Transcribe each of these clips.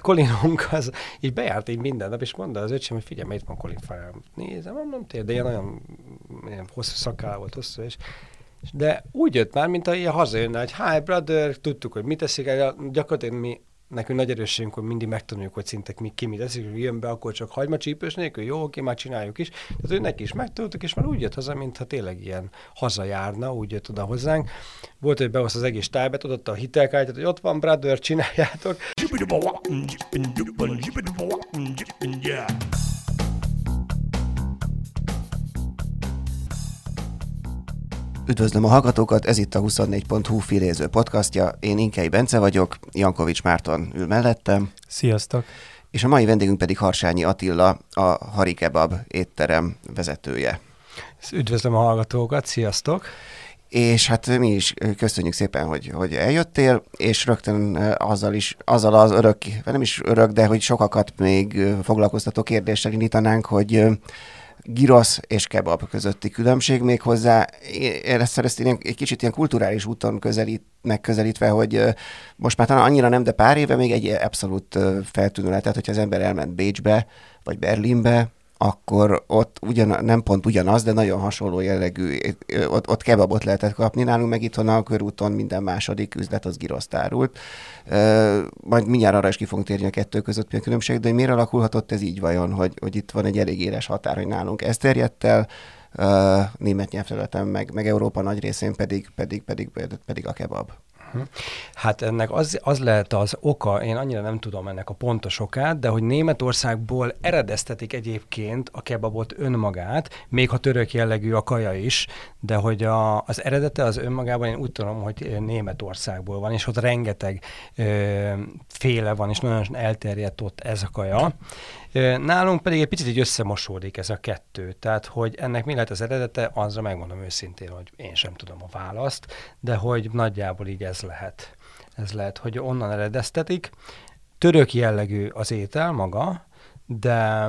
Kolinunk az így bejárt így minden nap, és mondta az öcsém, hogy figyelj, itt van Colin Farrell. Nézem, mondom, de ilyen olyan hosszú szakáll volt, hosszú, de úgy jött már, mint a ilyen hazajönne, hogy hi brother, tudtuk, hogy mit teszik, gyakorlatilag nekünk nagy erősségünk, hogy mindig megtanuljuk, hogy szinte ki mit teszik, hogy jön be, akkor csak hagymacsípős nélkül, jó, oké, már csináljuk is. Tehát ő neki is megtanultuk, és már úgy jött haza, mintha tényleg ilyen hazajárna, úgy jött oda hozzánk. Volt, hogy behozta az egész tájbet, odaadta a hitelkártyát, hogy ott van, brother, csináljátok. Üdvözlöm a hallgatókat, ez itt a 24.hu filéző podcastja. Én Inkei Bence vagyok, Jankovics Márton ül mellettem. Sziasztok! És a mai vendégünk pedig Harsányi Attila, a Hari Kebab étterem vezetője. Üdvözlöm a hallgatókat, sziasztok! És hát mi is köszönjük szépen, hogy eljöttél, és rögtön azzal az örök, nem is örök, de hogy sokakat még foglalkoztató kérdéssel indítanánk, hogy gyrosz és kebab közötti különbség még hozzá. Ezt egy kicsit ilyen kulturális úton megközelítve, hogy most már talán annyira nem, de pár éve még egy abszolút feltűnő lehetett, hogyha az ember elment Bécsbe, vagy Berlinbe, akkor ott nem pont ugyanaz, de nagyon hasonló jellegű, ott kebabot lehetett kapni. Nálunk meg itthon a körúton minden második üzlet az gyroszt árult. Majd mindjárt arra is ki fogunk térni a kettő között mi a különbség, de hogy miért alakulhatott ez így vajon, hogy itt van egy elég éles határ, hogy nálunk ez terjedt el, német nyelvterületen, meg Európa nagy részén pedig a kebab. Hát ennek az lehet az oka, én annyira nem tudom ennek a pontos okát, de hogy Németországból eredeztetik egyébként a kebabot önmagát, még ha török jellegű a kaja is, de hogy az eredete az önmagában én úgy tudom, hogy Németországból van, és ott rengeteg féle van, és nagyon elterjedt ott ez a kaja. Nálunk pedig egy picit így összemosódik ez a kettő, tehát hogy ennek mi lehet az eredete, azra megmondom őszintén, hogy én sem tudom a választ, de hogy nagyjából így ez lehet. Ez lehet, hogy onnan eredeztetik. Török jellegű az étel maga, de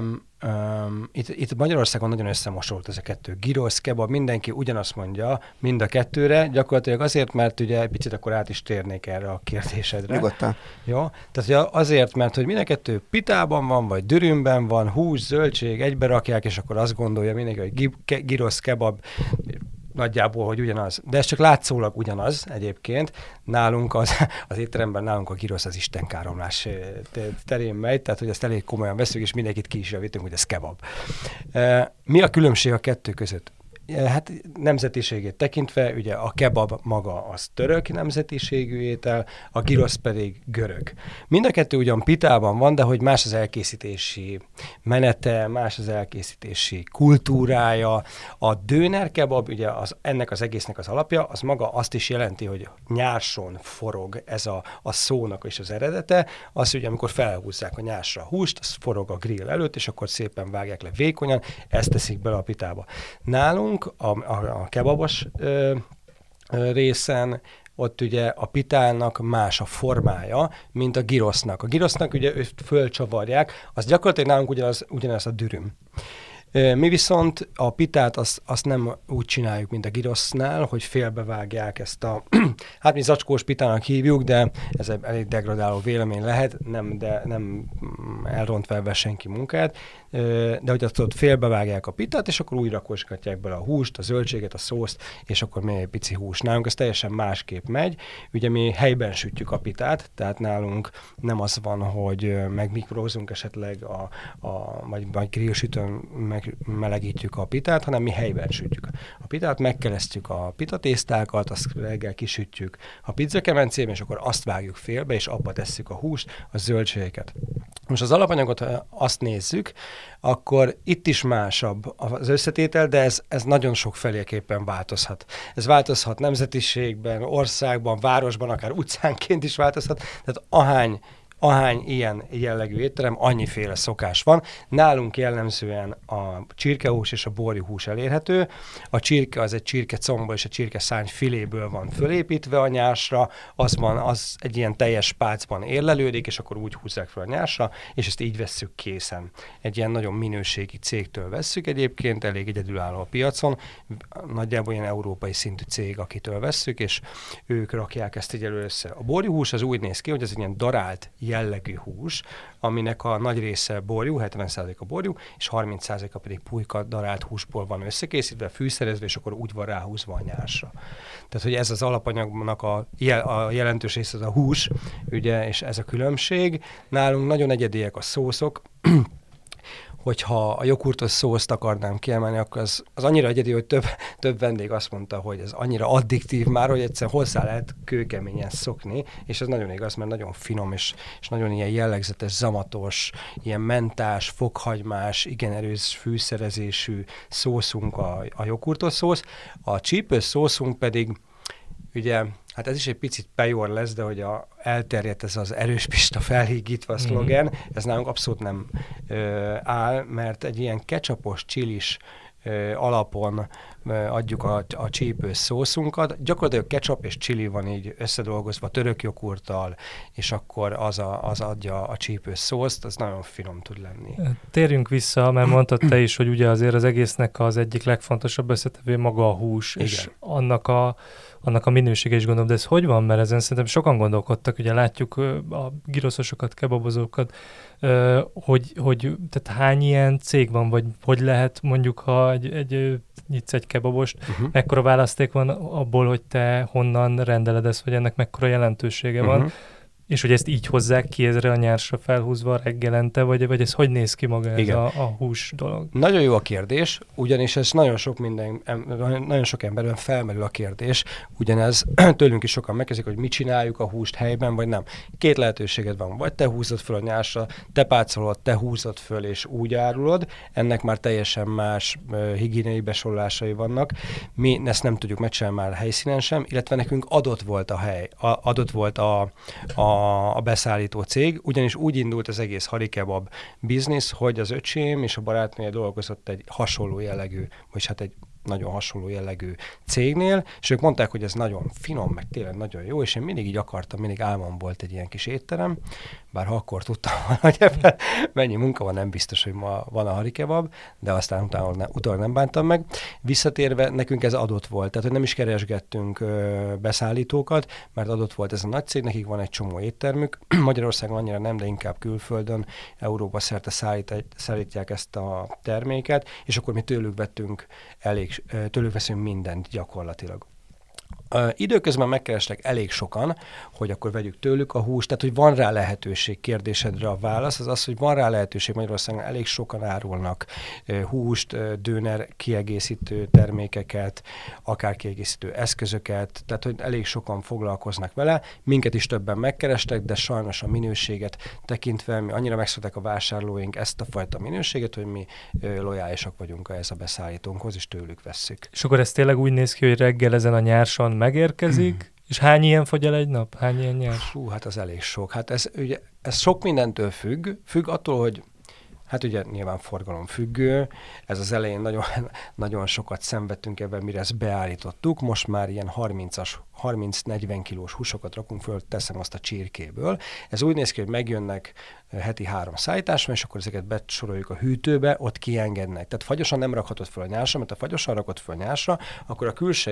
itt Magyarországon nagyon összemosult ez a kettő. Gyrosz, kebab, mindenki ugyanazt mondja mind a kettőre, gyakorlatilag azért, mert ugye picit akkor át is térnék erre a kérdésedre. Nyugodtan. Jó? Tehát azért, mert hogy mind a kettő pitában van, vagy dürümben van, hús, zöldség, egybe rakják, és akkor azt gondolja mindenki, hogy gyrosz, kebab, nagyjából, hogy ugyanaz. De ez csak látszólag ugyanaz egyébként. Nálunk az étteremben nálunk a gyrosz az istenkáromlás terén megy, tehát hogy ezt elég komolyan veszünk, és mindenkit ki is javítünk, hogy ez kebab. Mi a különbség a kettő között? Hát nemzetiségét tekintve, ugye a kebab maga az török nemzetiségű étel, a gyrosz pedig görög. Mind a kettő ugyan pitában van, de hogy más az elkészítési menete, más az elkészítési kultúrája. A döner kebab, ugye ennek az egésznek az alapja, az maga azt is jelenti, hogy nyárson forog ez a szónak is az eredete. Az ugye, amikor felhúzzák a nyársra a húst, az forog a grill előtt, és akkor szépen vágják le vékonyan, ezt teszik bele a pitába. Nálunk a kebabos részen ott ugye a pitának más a formája, mint a gyrosznak. A gyrosznak ugye fölcsavarják, az gyakorlatilag nálunk ugyanaz a dürüm. Mi viszont a pitát azt nem úgy csináljuk, mint a gyrosznál, hogy félbevágják ezt hát mi zacskós pitának hívjuk, de ez egy elég degradáló vélemény lehet, nem elrontva ebben senki munkát, de hogy ott félbevágják a pitát, és akkor újra koskatják bele a húst, a zöldséget, a szószt, és akkor még egy pici hús. Nálunk ez teljesen másképp megy. Ugye mi helyben sütjük a pitát, tehát nálunk nem az van, hogy megmikrózunk esetleg vagy grillsütőn melegítjük a pitát, hanem mi helyben sütjük a pitát, megkeresztjük a pitatésztákat, azt reggel kisütjük a pizzakemencébe, és akkor azt vágjuk félbe, és abba tesszük a húst, a zöldségeket. Most az alapanyagot, ha azt nézzük, akkor itt is másabb az összetétel, de ez nagyon sok feléképpen változhat. Ez változhat nemzetiségben, országban, városban, akár utcánként is változhat, tehát ahány ilyen jellegű étterem, annyiféle szokás van. Nálunk jellemzően a csirkehús és a borjuhús elérhető. A csirke az egy csirkecomból és a csirkeszárny filéből van fölépítve a nyársra, az egy ilyen teljes pácban érlelődik, és akkor úgy húzzák fel a nyársra, és ezt így vesszük készen. Egy ilyen nagyon minőségi cégtől vesszük egyébként, elég egyedülálló a piacon, nagyjából ilyen európai szintű cég, akitől vesszük, és ők rakják ezt így össze. A borjuhús az úgy néz ki, hogy ez egy ilyen darált jellegű hús, aminek a nagy része borjú, 70% a borjú, és 30%-a pedig pulyka darált húsból van összekészítve, fűszerezve, és akkor úgy van ráhúzva a nyársra. Tehát, hogy ez az alapanyagnak a jelentős része az a hús, ugye, és ez a különbség. Nálunk nagyon egyediek a szószok, hogyha a joghurtos szószt akarnám kiemelni, akkor az annyira egyedi, hogy több vendég azt mondta, hogy ez annyira addiktív már, hogy egyszerűen hozzá lehet kőkeményen szokni, és ez nagyon igaz, mert nagyon finom, és nagyon ilyen jellegzetes, zamatos, ilyen mentás, fokhagymás, igen erős fűszerezésű szószunk a joghurtos szósz. A csípős szószunk pedig, ugye, hát ez is egy picit pejor lesz, de hogy elterjedt ez az erős pista felhígítva a szlogen, ez nálunk abszolút nem áll, mert egy ilyen ketchupos, chilis alapon adjuk a csípős szószunkat. Gyakorlatilag ketchup és chili van így összedolgozva török joghurttal, és akkor az adja a csípős szószt, az nagyon finom tud lenni. Térjünk vissza, mert mondtad te is, hogy ugye azért az egésznek az egyik legfontosabb összetevő maga a hús, igen. És annak a minősége is gondolom, de ez hogy van? Mert ezen szerintem sokan gondolkodtak, ugye látjuk a giroszosokat, kebabozókat, hogy tehát hány ilyen cég van, vagy hogy lehet mondjuk, ha nyitsz egy kebabost, mekkora választék van abból, hogy te honnan rendeled ezt, vagy ennek mekkora jelentősége van, és hogy ezt így hozzák ki ezre a nyársra felhúzva reggelente, vagy ez hogy néz ki maga ez a hús dolog? Nagyon jó a kérdés, ugyanis ez nagyon sok emberben felmerül a kérdés, ugyanez tőlünk is sokan megkezdik, hogy mit csináljuk a húst helyben, vagy nem. Két lehetőséged van, vagy te húzod föl a nyársra, te pácolod, te húzod föl és úgy árulod, ennek már teljesen más higiéniai besorolásai vannak. Mi ezt nem tudjuk megcsinálni már helyszínen sem, illetve nekünk adott volt a hely, adott volt a beszállító cég, ugyanis úgy indult az egész harikebab biznisz, hogy az öcsém és a barátnője dolgozott egy hasonló jellegű, vagy hát egy nagyon hasonló jellegű cégnél, és ők mondták, hogy ez nagyon finom, meg tényleg nagyon jó, és én mindig így akartam, mindig álmom volt egy ilyen kis étterem, bár ha akkor tudtam, hogy ebben mennyi munka van, nem biztos, hogy ma van a harikebab, de aztán utána nem bántam meg. Visszatérve, nekünk ez adott volt, tehát hogy nem is keresgettünk beszállítókat, mert adott volt ez a nagy cég, nekik van egy csomó éttermük, Magyarországon annyira nem, de inkább külföldön, Európa szerte szállítják ezt a terméket, és akkor mi tőlük veszünk mindent gyakorlatilag. Időközben megkerestek elég sokan, hogy akkor vegyük tőlük a húst, tehát hogy van rá lehetőség, kérdésedre a válasz, az, hogy van rá lehetőség, Magyarországon elég sokan árulnak húst, döner kiegészítő termékeket, akár kiegészítő eszközöket, tehát hogy elég sokan foglalkoznak vele, minket is többen megkerestek, de sajnos a minőséget tekintve mi annyira megszokták a vásárlóink ezt a fajta minőséget, hogy mi lojálisak vagyunk ehhez a beszállítónkhoz, és tőlük vesszük. És akkor ez tényleg úgy néz ki, hogy reggel ezen a nyárson megérkezik, és hány ilyen fogy el egy nap? Hány ilyen nyárs? Hú, hát az elég sok. Hát ez sok mindentől függ attól, hogy hát ugye nyilván forgalom függő, ez az elején nagyon, nagyon sokat szenvedtünk ebben, mire ezt beállítottuk, most már ilyen 30-40 kilós húsokat rakunk föl, teszem azt a csirkéből. Ez úgy néz ki, hogy megjönnek heti 3 szállításra, és akkor ezeket besoroljuk a hűtőbe, ott kiengednek. Tehát fagyosan nem rakhatod föl a nyársra, mert ha fagyosan rakod föl a nyársra, akkor a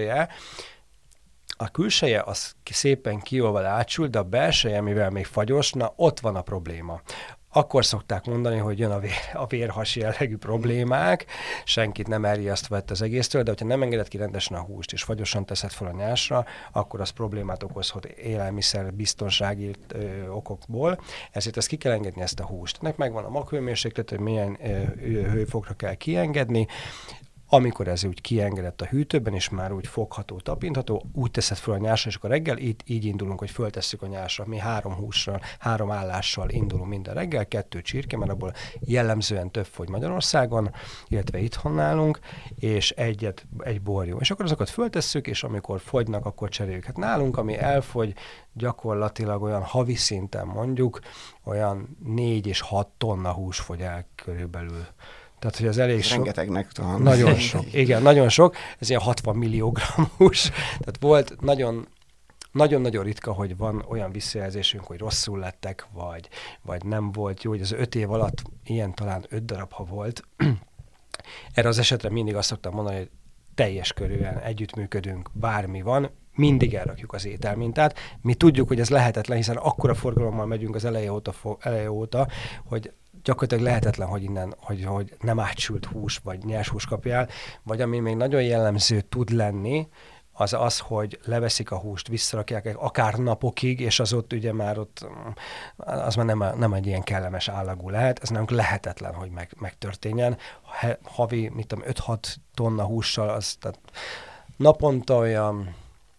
külseje az szépen kiolvad, átsül, de a belseje, mivel még fagyos, na ott van a probléma. Akkor szokták mondani, hogy jön a vérhas jellegű problémák, senkit nem elriasztva az egésztől, de hogyha nem engeded ki rendesen a húst, és fagyosan teszed fel a nyásra, akkor az problémát okozhat élelmiszer biztonsági okokból, ezért ezt ki kell engedni, ezt a húst. Ennek megvan a maghőmérséklet, hogy milyen hőfokra kell kiengedni. Amikor ez úgy kiengedett a hűtőben, és már úgy fogható, tapintható, úgy teszed fel a nyásra, és akkor reggel így indulunk, hogy föltesszük a nyásra. Mi 3 hússal, 3 állással indulunk minden reggel, 2 csirke, mert abból jellemzően több fogy Magyarországon, illetve itthon nálunk, és egy borjú. És akkor azokat föltesszük, és amikor fogynak, akkor cseréljük. Hát nálunk, ami elfogy, gyakorlatilag olyan havi szinten mondjuk, olyan 4 és 6 tonna hús fogy el körülbelül. Tehát, hogy az elég sok. Rengetegnek tudom. Nagyon sok. Igen, nagyon sok. Ez ilyen 60 millió gramm hús. Tehát volt nagyon-nagyon ritka, hogy van olyan visszajelzésünk, hogy rosszul lettek, vagy nem volt jó, hogy az 5 év alatt ilyen talán 5 darab, ha volt. Erre az esetre mindig azt szoktam mondani, hogy teljes körűen együttműködünk, bármi van, mindig elrakjuk az ételmintát. Mi tudjuk, hogy ez lehetetlen, hiszen akkora forgalommal megyünk az eleje óta, hogy gyakorlatilag lehetetlen, hogy innen, hogy nem átsült hús, vagy nyers hús kapjál, vagy ami még nagyon jellemző tud lenni, az, hogy leveszik a húst, visszarakják akár napokig, és az ott ugye már ott, az már nem egy ilyen kellemes állagú lehet, ez nem lehetetlen, hogy megtörténjen. Havi, 5-6 tonna hússal, az tehát naponta olyan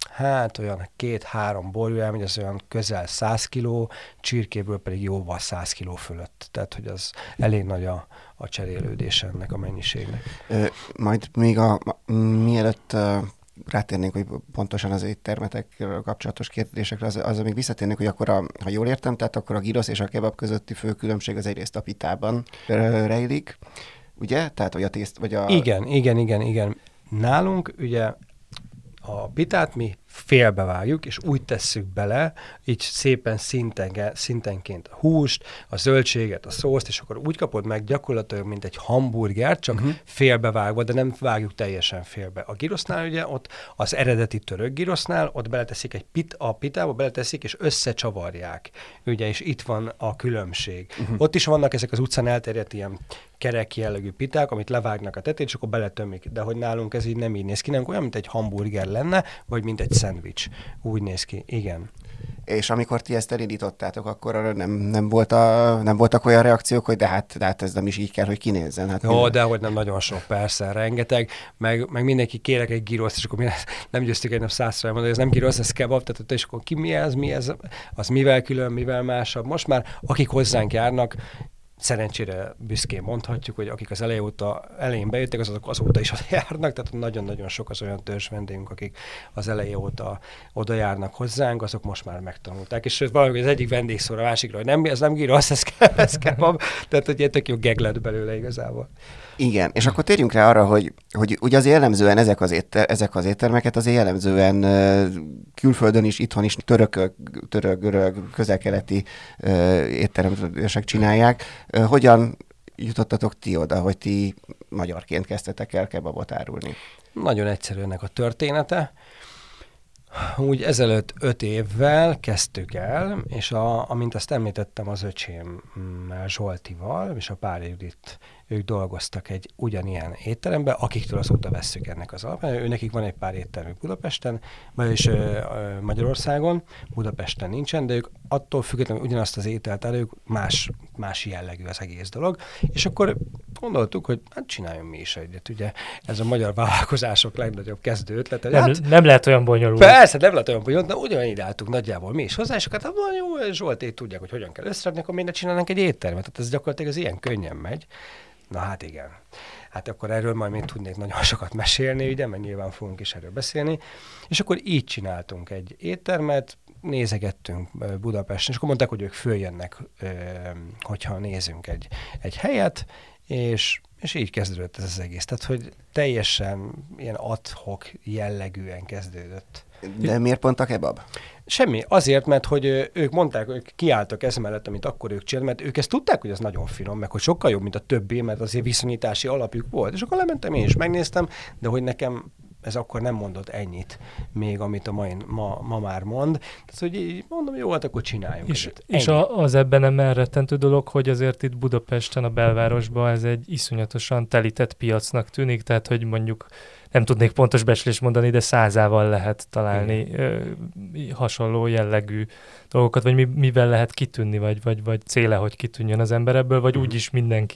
2-3 borjú elmegy, az olyan közel 100 kiló, csirkéből pedig jóval 100 kiló fölött. Tehát, hogy az elég nagy a cserélődés ennek a mennyiségnek. Majd még mielőtt rátérnénk, hogy pontosan az éttermetekkel kapcsolatos kérdésekre, az még visszatérnénk, hogy akkor, ha jól értem, tehát akkor a gyrosz és a kebab közötti fő különbség az egyrészt a pitában rejlik, ugye? Tehát, vagy a tészt, vagy a... Igen. Nálunk ugye a pitát mi félbevágjuk, és úgy tesszük bele, így szépen szintenként a húst, a zöldséget, a szószt, és akkor úgy kapod meg gyakorlatilag, mint egy hamburgert, csak félbevágva, de nem vágjuk teljesen félbe. A gyrosznál ugye ott az eredeti török gyrosznál, ott beleteszik a pitába beleteszik, és összecsavarják. Ugye, és itt van a különbség. Ott is vannak ezek az utcán elterjedt ilyen kerek jellegű piták, amit levágnak a tetét, és akkor beletömik. De hogy nálunk ez így nem így néz ki, nem olyan, mint egy hamburger lenne, vagy mint egy szendvics. Úgy néz ki, igen. És amikor ti ezt elindítottátok, akkor nem voltak olyan reakciók, hogy de hát ez nem is így kell, hogy kinézzen. Hát jó, de hogy nem nagyon sok, persze, rengeteg, meg mindenki kérek egy gyroszt, és akkor mi nem győztük egy nap 100-szor elmondani, hogy ez nem gyrosz, ez kebab, tehát és akkor mi ez, az mivel külön, mivel másabb. Most már akik hozzánk járnak, szerencsére büszkén mondhatjuk, hogy akik az elején bejöttek, azok azóta is oda járnak, tehát nagyon-nagyon sok az olyan törzs vendégünk, akik az eleje óta oda járnak hozzánk, azok most már megtanulták. És valami az egyik vendég szól a másikra, hogy ez nem gyrosz, ez kebab, tehát hogy tök jó geg lett belőle igazából. Igen, és akkor térjünk rá arra, hogy ugye az jellemzően ezek az éttermeket azért jellemzően külföldön is, itthon is török, görög, közel-keleti éttermesek csinálják. Hogyan jutottatok ti oda, hogy ti magyarként kezdtetek el kebabot árulni? Nagyon egyszerű ennek a története. Úgy ezelőtt 5 évvel kezdtük el, és amint azt említettem az öcsémmel, Zsoltival, és a Pál Judit, ők dolgoztak egy ugyanilyen étteremben, akiktől azóta vesszük ennek az alapján. Nekik van egy pár éttermük Budapesten, vagyis Magyarországon, Budapesten nincsen, de ők attól függetlenül ugyanazt az ételt elő, más jellegű az egész dolog, és akkor gondoltuk, hogy hát csináljunk mi is egyet, ugye ez a magyar vállalkozások legnagyobb kezdő ötlete. Nem lehet olyan bonyolult. Persze, nem lehet olyan bonyolult, de ugyanúgy álltunk nagyjából mi is hozzá, és akkor hát jó, Zsolték tudják, hogy hogyan kell összerakni, akkor miért ne csinálnánk egy éttermet, tehát ez gyakorlatilag az ilyen könnyen megy. Na hát igen. Hát akkor erről majd még tudnék nagyon sokat mesélni, ugye, mert nyilván fogunk is erről beszélni. És akkor így csináltunk egy éttermet, nézegettünk Budapesten, és akkor mondták, hogy ők följönnek, hogyha nézünk egy helyet, és így kezdődött ez az egész. Tehát, hogy teljesen ilyen ad-hoc jellegűen kezdődött. De miért pont a kebab? Semmi. Azért, mert hogy ők mondták, ők kiálltak ez mellett, amit akkor ők csináltak, mert ők ezt tudták, hogy ez nagyon finom, meg hogy sokkal jobb, mint a többi, mert azért viszonyítási alapjuk volt. És akkor lementem, én is megnéztem, de hogy nekem ez akkor nem mondott ennyit még, amit ma már mond. Tehát, hogy így mondom, jó, hát akkor csináljunk. És az ebben nem elrettentő dolog, hogy azért itt Budapesten, a belvárosban ez egy iszonyatosan telített piacnak tűnik, tehát, hogy mondjuk nem tudnék pontos becslést mondani, de 100-ával lehet találni hasonló jellegű dolgokat, vagy mivel lehet kitűnni, vagy céle, hogy kitűnjön az ember ebből, vagy úgyis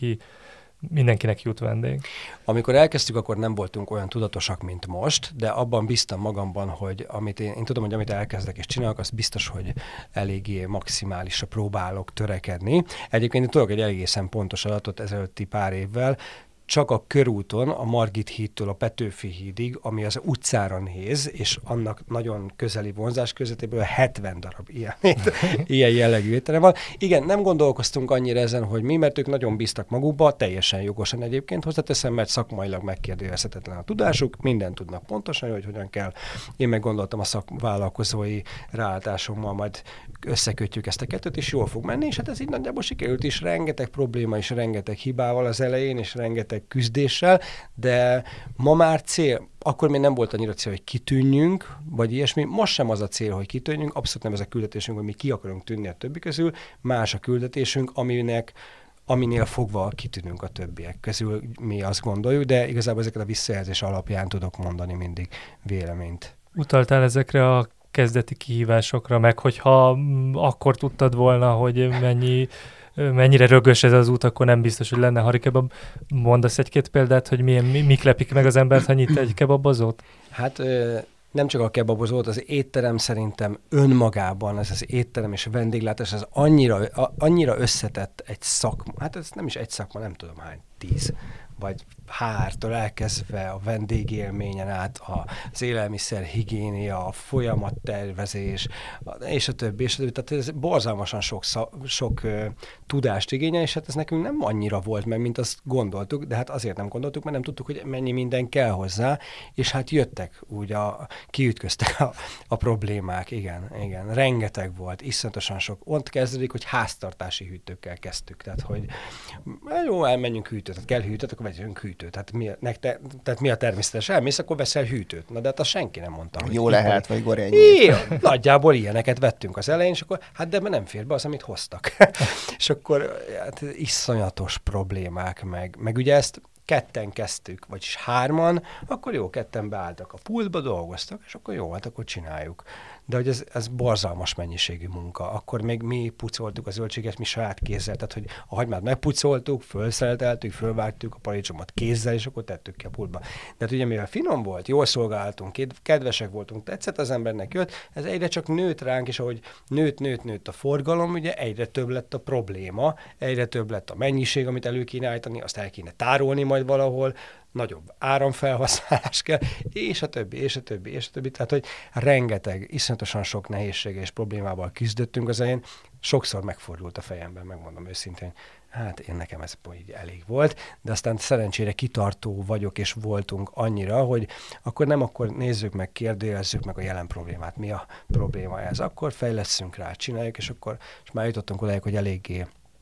mindenkinek jut vendég. Amikor elkezdtük, akkor nem voltunk olyan tudatosak, mint most, de abban bíztam magamban, hogy én tudom, hogy amit elkezdek és csinálok, az biztos, hogy eléggé maximálisra próbálok törekedni. Egyébként én tudok egy egészen pontos adatot ezelőtti pár évvel, csak a körúton, a Margit hídtől a Petőfi hídig, ami az utcára néz, és annak nagyon közeli vonzás közvetéből 70 darab ilyen jellegű étterem van. Igen, nem gondolkoztunk annyira ezen, hogy mi, mert ők nagyon bíztak magukba, teljesen jogosan egyébként hozzáteszem, mert szakmailag megkérdőjelezhetetlen a tudásuk, mindent tudnak pontosan, hogy hogyan kell. Én meg gondoltam a szakvállalkozói ráállásommal, majd összekötjük ezt a kettőt, és jól fog menni, és hát ez így nagyjából sikerült is, rengeteg probléma és rengeteg hibával az elején, és rengeteg rengeteg küzdéssel, de ma már cél, akkor még nem volt annyira cél, hogy kitűnjünk, vagy ilyesmi. Most sem az a cél, hogy kitűnjünk, abszolút nem ez a küldetésünk, hogy mi ki akarunk tűnni a többi közül, más a küldetésünk, aminél fogva kitűnünk a többiek közül, mi azt gondoljuk, de igazából ezeket a visszajelzés alapján tudok mondani mindig véleményt. Utaltál ezekre a kezdeti kihívásokra, meg hogyha akkor tudtad volna, hogy mennyire rögös ez az út, akkor nem biztos, hogy lenne harikebab. Mondasz egy-két példát, hogy mik lepik meg az embert, ha nyit egy kebabozót? Hát nem csak a kebabozót, az étterem szerintem önmagában, ez az étterem és a vendéglátás, az annyira összetett egy szakma, hát ez nem is egy szakma, nem tudom hány, 10 vagy hártól elkezdve a vendégélményen át, az élelmiszer higiénia, a folyamattervezés, és a többi. Tehát ez borzalmasan sok tudást igényel, és hát ez nekünk nem annyira volt meg, mint azt gondoltuk, de hát azért nem gondoltuk, mert nem tudtuk, hogy mennyi minden kell hozzá, és hát jöttek úgy, kiütköztek a problémák, igen, rengeteg volt, iszonyatosan sok. Ott kezdődik, hogy háztartási hűtőkkel kezdtük, tehát hogy jó, elmenjünk hűtőt, tehát kell hűtőt, akkor vegyünk hűtőt. Tehát mi a természetes? Elmész, akkor veszel hűtőt. Na de hát azt senki nem mondta. Jó lehet, vagy gorennyi. Nagyjából ilyeneket vettünk az elején, és akkor hát de nem fér be az, amit hoztak. És akkor hát, iszonyatos problémák, meg ugye ezt ketten kezdtük, vagyis 3, akkor jó, ketten beálltak a pultba, dolgoztak, és akkor jó, hát akkor csináljuk. De hogy ez borzalmas mennyiségű munka. Akkor még mi pucoltuk a zöldséget, mi saját kézzel, tehát hogy a hagymát megpucoltuk, fölszeleteltük, fölvágtuk a paradicsomot kézzel, és akkor tettük ki a pultba. De hát ugye mivel finom volt, jól szolgáltunk, kedvesek voltunk, tetszett az embernek, jött, ez egyre csak nőtt ránk, és ahogy nőtt a forgalom, ugye egyre több lett a probléma, egyre több lett a mennyiség, amit elő kéne állítani, azt el kéne tárolni majd valahol, nagyobb áramfelhasználás kell, és a többi. Tehát, hogy rengeteg, iszonyatosan sok nehézséggel és problémával küzdöttünk az elején. Sokszor megfordult a fejemben, megmondom őszintén. Hát én nekem ez így elég volt, de aztán szerencsére kitartó vagyok és voltunk annyira, hogy akkor nézzük meg, kérdezzük meg a jelen problémát. Mi a probléma ez? Akkor fejlesszünk rá, csináljuk, és már jutottunk odáig, hogy eléggé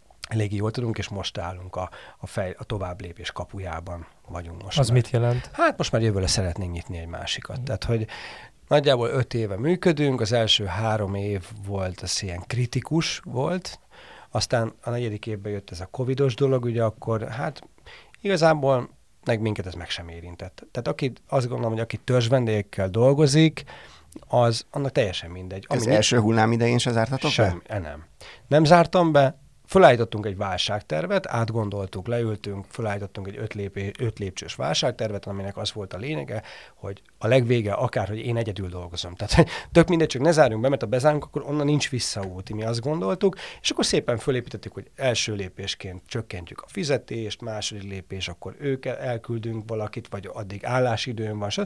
jól tudunk, és most állunk a tovább lépés kapujában vagyunk most. Az mit jelent? Hát most már jövőre szeretnénk nyitni egy másikat. Tehát, hogy nagyjából 5 éve működünk, az első 3 év volt, az ilyen kritikus volt, aztán a 4. évben jött ez a covidos dolog, ugye akkor hát igazából minket ez meg sem érintett. Tehát azt gondolom, hogy aki törzsvendégekkel dolgozik, annak teljesen mindegy. Az első hullám idején se zártatok be? Nem zártam be. Fölállítottunk egy válságtervet, átgondoltuk, leültünk, fölállítottunk egy 5 lépcsős válságtervet, aminek az volt a lényege, hogy a legvége akár, hogy én egyedül dolgozom. Tehát tök mindegy, csak ne zárjunk be, mert ha bezárunk, akkor onnan nincs visszaút, mi azt gondoltuk, és akkor szépen fölépítettük, hogy első lépésként csökkentjük a fizetést, második lépés, akkor elküldünk valakit, vagy addig állásidőn van,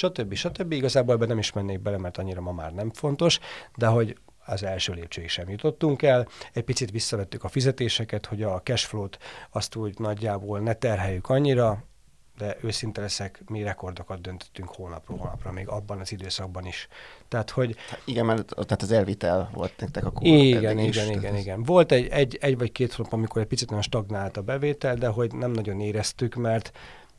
stb. Igazából ebben nem is mennék bele, mert annyira ma már nem fontos, de hogy az első lépcsőig sem jutottunk el. Egy picit visszavettük a fizetéseket, hogy a cashflow-t azt úgy nagyjából ne terheljük annyira, de őszinte leszek, mi rekordokat döntöttünk hónapról hónapra, még abban az időszakban is. Tehát, hogy... Igen, mert tehát az elvitel volt nektek akkor. Igen. Volt egy vagy 2 hónap, amikor egy picit nagyon stagnált a bevétel, de hogy nem nagyon éreztük, mert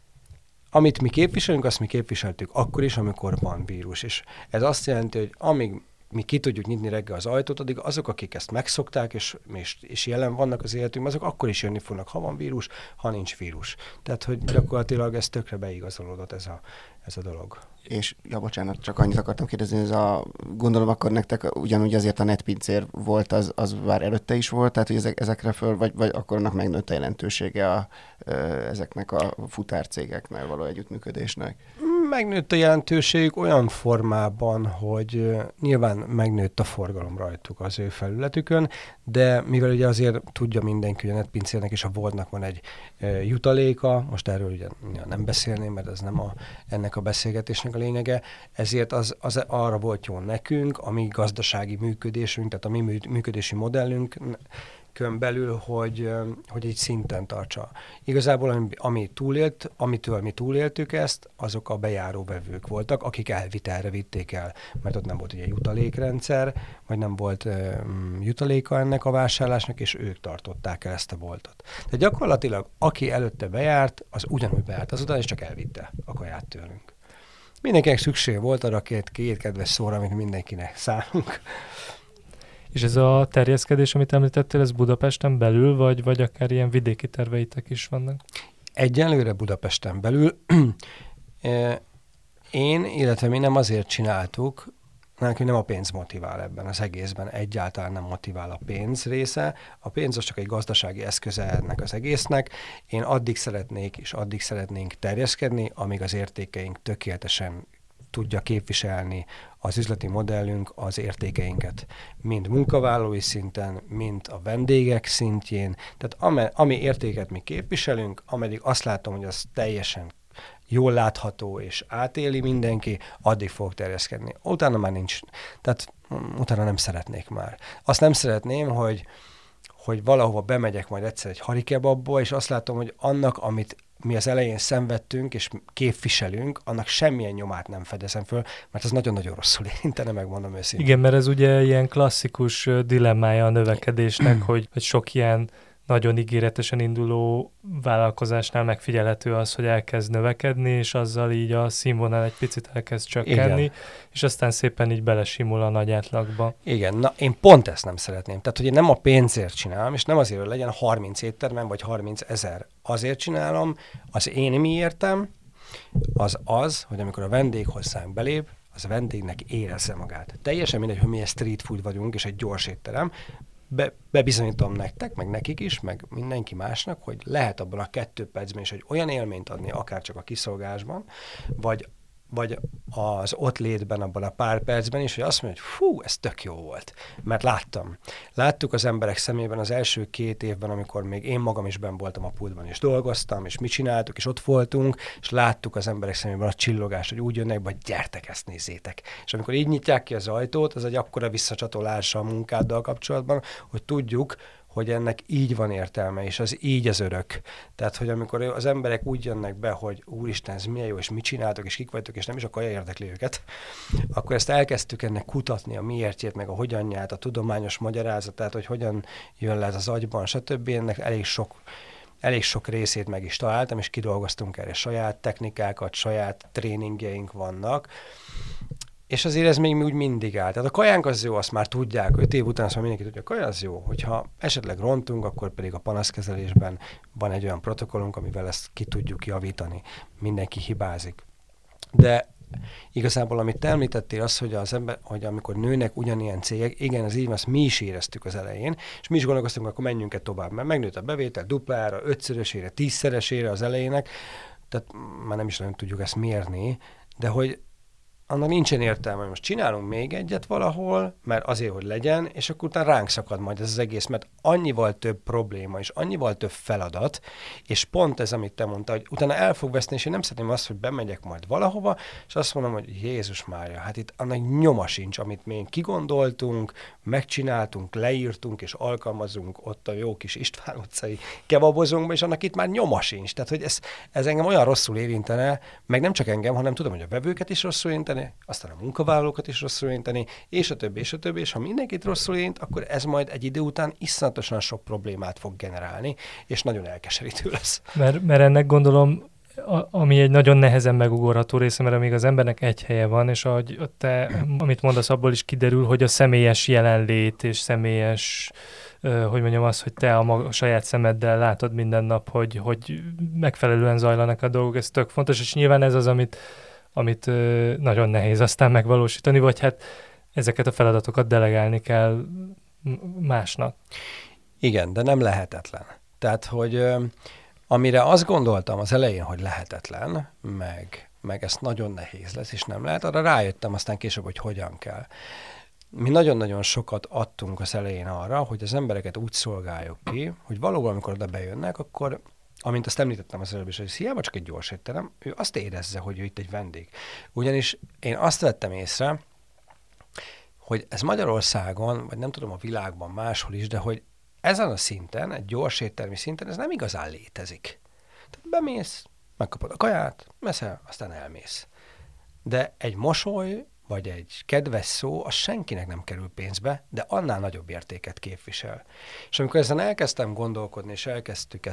amit mi képviselünk, azt mi képviseltük akkor is, amikor van vírus. És ez azt jelenti, hogy amíg mi ki tudjuk nyitni reggel az ajtót, addig azok, akik ezt megszokták, és jelen vannak az életünkben, azok akkor is jönni fognak, ha van vírus, ha nincs vírus. Tehát, hogy gyakorlatilag ez tökre beigazolódott ez a dolog. És, bocsánat, csak annyit akartam kérdezni, gondolom akkor nektek ugyanúgy azért a netpincér volt, az már előtte is volt, tehát hogy ezekre föl, vagy akkor annak megnőtt a jelentősége ezeknek a futárcégeknél való együttműködésnek? Megnőtt a jelentőségük olyan formában, hogy nyilván megnőtt a forgalom rajtuk az ő felületükön, de mivel ugye azért tudja mindenki, hogy a netpincérnek és a Voltnak van egy jutaléka, most erről ugye nem beszélném, mert ez nem ennek a beszélgetésnek a lényege, ezért az arra volt jó nekünk, a mi gazdasági működésünk, tehát a mi működési modellünk belül, hogy így szinten tartsa. Igazából, amitől mi túléltük ezt, azok a bejáróvevők voltak, akik elvitelre vitték el, mert ott nem volt ugye jutalékrendszer, vagy nem volt jutaléka ennek a vásárlásnak, és ők tartották el ezt a boltot. Tehát gyakorlatilag, aki előtte bejárt, az ugyanúgy bejárt azután, és csak elvitte a kaját tőlünk. Mindenkinek szükség volt arra két kedves szóra, amit mindenkinek szánunk. És ez a terjeszkedés, amit említettél, ez Budapesten belül, vagy akár ilyen vidéki terveitek is vannak? Egyelőre Budapesten belül. Illetve mi nem azért csináltuk, nekünk nem a pénz motivál ebben az egészben, egyáltalán nem motivál a pénz része. A pénz az csak egy gazdasági eszköze ennek az egésznek. Én addig szeretnénk terjeszkedni, amíg az értékeink tökéletesen tudja képviselni az üzleti modellünk az értékeinket. Mind munkavállalói szinten, mind a vendégek szintjén. Tehát ami értéket mi képviselünk, ameddig azt látom, hogy az teljesen jól látható és átéli mindenki, addig fog terjeszkedni. Utána már nincs, tehát utána nem szeretnék már. Azt nem szeretném, hogy valahova bemegyek majd egyszer egy harikebabból, és azt látom, hogy annak, amit mi az elején szenvedtünk és képviselünk, annak semmilyen nyomát nem fedezem föl, mert az nagyon-nagyon rosszul érintene, megmondom őszintén. Igen, mert ez ugye ilyen klasszikus dilemmája a növekedésnek, hogy sok ilyen nagyon ígéretesen induló vállalkozásnál megfigyelhető az, hogy elkezd növekedni, és azzal így a színvonal egy picit elkezd csökkenni, igen. És aztán szépen így belesimul a nagy átlagba. Igen, na én pont ezt nem szeretném. Tehát, hogy én nem a pénzért csinálom, és nem azért, hogy legyen 30 éttermem, vagy 30 000. Azért csinálom, az én miértem, az, hogy amikor a vendég hozzánk belép, az a vendégnek érezze magát. Teljesen mindegy, hogy milyen street food vagyunk, és egy gyors étterem, bebizonyítom nektek, meg nekik is, meg mindenki másnak, hogy lehet abban a 2 percben is egy olyan élményt adni, akár csak a kiszolgásban, vagy az ott létben abban a pár percben is, hogy azt mondja, hogy fú, ez tök jó volt. Mert láttuk az emberek szemében az első 2 évben, amikor még én magam is benn voltam a pultban, és dolgoztam, és mit csináltuk, és ott voltunk, és láttuk az emberek szemében a csillogást, hogy úgy jönnek, hogy gyertek, ezt nézzétek. És amikor így nyitják ki az ajtót, az egy akkora visszacsatolása a munkáddal kapcsolatban, hogy tudjuk, hogy ennek így van értelme, és az így az örök. Tehát, hogy amikor az emberek úgy jönnek be, hogy úristen, ez milyen jó, és mit csináltok, és kik vagytok, és nem is a kaja érdekli őket, akkor ezt elkezdtük ennek kutatni a miértjét, meg a hogyanját, a tudományos magyarázatát, hogy hogyan jön le ez az agyban, stb. Ennek elég sok részét meg is találtam, és kidolgoztunk erre saját technikákat, saját tréningjeink vannak, és azért ez még úgy mindig áll. Tehát a kajánk az jó, azt már tudják, 5 év után azt már mindenki tudja, a kaja az jó. Hogyha esetleg rontunk, akkor pedig a panaszkezelésben van egy olyan protokollunk, amivel ezt ki tudjuk javítani. Mindenki hibázik. De igazából, amit te említettél, az, hogy amikor nőnek ugyanilyen cégek, igen, az így van, azt mi is éreztük az elején, és mi is gondolkoztunk, akkor menjünk tovább, mert megnőtt a bevétel duplára, 5-szörösére, 10-szeresére az elejének, tehát már nem is nagyon tudjuk ezt mérni, de hogy annak nincsen értelme, hogy most csinálunk még egyet valahol, mert azért, hogy legyen, és akkor utána ránk szakad majd ez az egész, mert annyival több probléma, és annyival több feladat, és pont ez, amit te mondtad, hogy utána el fog veszni, és én nem szeretném azt, hogy bemegyek majd valahova, és azt mondom, hogy Jézus Mária, hát itt annak nyoma sincs, amit mi kigondoltunk, megcsináltunk, leírtunk, és alkalmazunk ott a jó kis István utcai kebabozunkba, és annak itt már nyoma sincs. Tehát, hogy ez engem olyan rosszul érintene, meg nem csak engem, hanem tudom, hogy a vevőket is rosszul érintene, aztán a munkavállalókat is rosszul érinteni, és a többi, és a többi, és ha mindenkit rosszul érint, akkor ez majd egy idő után iszonyatosan sok problémát fog generálni, és nagyon elkeserítő lesz. Mert ennek gondolom, ami egy nagyon nehezen megugorható része, mert amíg az embernek egy helye van, és ahogy te, amit mondasz, abból is kiderül, hogy a személyes jelenlét és személyes, hogy mondjam azt, hogy te a saját szemeddel látod minden nap, hogy megfelelően zajlanak a dolgok, ez tök fontos, és nyilván ez az, amit nagyon nehéz aztán megvalósítani, vagy hát ezeket a feladatokat delegálni kell másnak. Igen, de nem lehetetlen. Tehát, hogy amire azt gondoltam az elején, hogy lehetetlen, meg ez nagyon nehéz lesz, és nem lehet, arra rájöttem aztán később, hogy hogyan kell. Mi nagyon-nagyon sokat adtunk az elején arra, hogy az embereket úgy szolgáljuk ki, hogy valóban, amikor oda bejönnek, akkor amint azt említettem az előbb is, hogy hiába csak egy gyors étterem, ő azt érezze, hogy ő itt egy vendég. Ugyanis én azt vettem észre, hogy ez Magyarországon, vagy nem tudom a világban máshol is, de hogy ezen a szinten, egy gyors éttermi szinten ez nem igazán létezik. Tehát bemész, megkapod a kaját, veszel, aztán elmész. De egy mosoly, vagy egy kedves szó, az senkinek nem kerül pénzbe, de annál nagyobb értéket képvisel. És amikor ezen elkezdtem gondolkodni, és elkezdtük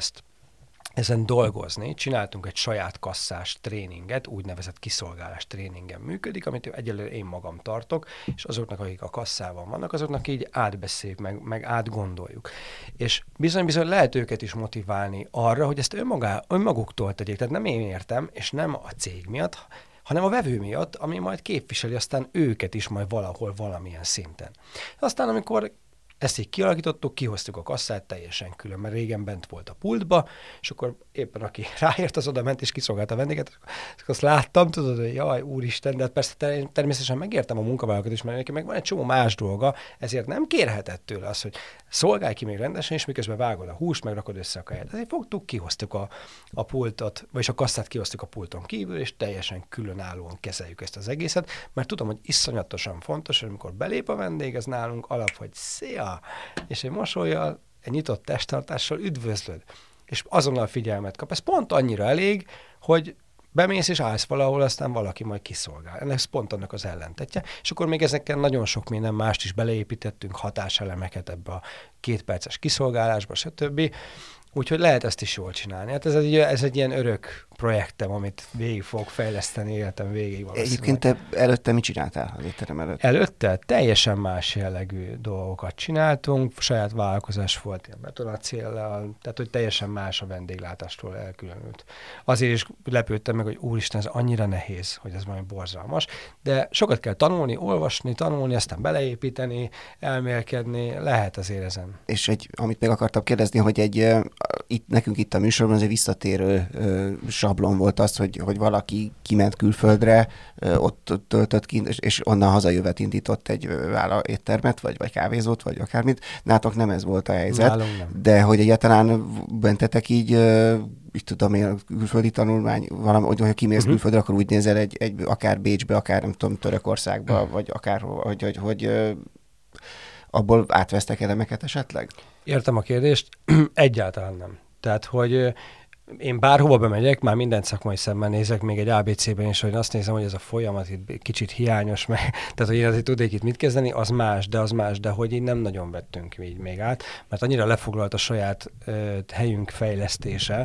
ezen dolgozni, csináltunk egy saját kasszás tréninget, úgynevezett kiszolgálás tréningen működik, amit egyelőre én magam tartok, és azoknak, akik a kasszában vannak, azoknak így átbeszéljük, meg átgondoljuk. És bizony-bizony lehet őket is motiválni arra, hogy ezt önmaguktól tegyék. Tehát nem én értem, és nem a cég miatt, hanem a vevő miatt, ami majd képviseli aztán őket is majd valahol valamilyen szinten. Aztán amikor ezt így kialakítottuk, kihoztuk a kasszát teljesen külön, mert régen bent volt a pultba, és akkor éppen aki ráért, az oda ment és kiszolgálta a vendéget, és azt láttam, tudod, hogy jaj, úristen, de persze természetesen megértem a munkavállalókat is, mert neki meg van egy csomó más dolga, ezért nem kérhetett tőle az, hogy szolgálj ki még rendesen, és miközben vágod a húst, meg rakod össze a kaját. Ezért fogtuk, kihoztuk a pultot, vagyis a kasszát kihoztuk a pulton kívül, és teljesen különállóan kezeljük ezt az egészet, mert tudom, hogy iszonyatosan fontos, hogy amikor belép a vendég, ez nálunk alap, hogy szia, és egy mosollyal, egy nyitott testtartással üdvözlöd, és azonnal figyelmet kap. Ez pont annyira elég, hogy bemész és állsz valahol, aztán valaki majd kiszolgál. Ennek pont annak az ellentetje. És akkor még ezekkel nagyon sok minden mást is beleépítettünk, hatáselemeket ebbe a 2 perces kiszolgálásba, stb. Úgyhogy lehet ezt is jól csinálni. Hát ez egy ilyen örök projektem, amit végig fogok fejleszteni életem végig valószínűleg. Egyébként te előtte mit csináltál az étterem előtt? Előtte teljesen más jellegű dolgokat csináltunk, saját vállalkozás volt ilyen betonacéllel, tehát hogy teljesen más a vendéglátástól elkülönült. Azért is lepődtem meg, hogy úristen, ez annyira nehéz, hogy ez majd borzalmas, de sokat kell tanulni, olvasni, aztán beleépíteni, elmélkedni, lehet azért ezen. És amit még akartam kérdezni, hogy nekünk itt a műsorban az egy visszatérő sablon volt az, hogy valaki kiment külföldre, ott töltött ki, és onnan hazajövet indított egy éttermet, vagy kávézót, vagy akármit. Nátok nem ez volt a helyzet. De hogy egyáltalán bentetek így tudom én, külföldi tanulmány, valami, hogyha kimész külföldre, akkor úgy nézel egy akár Bécsbe, akár nem tudom, Törökországba, vagy akárhol, hogy abból átvesztek elemeket esetleg? Értem a kérdést, egyáltalán nem. Tehát, hogy én bárhova bemegyek, már minden szakmai szemben nézek, még egy ABC-ben is, hogy azt nézem, hogy ez a folyamat itt kicsit hiányos, tehát hogy én azért tudnék itt mit kezdeni, az más, de hogy így nem nagyon vettünk így még át, mert annyira lefoglalt a saját helyünk fejlesztése,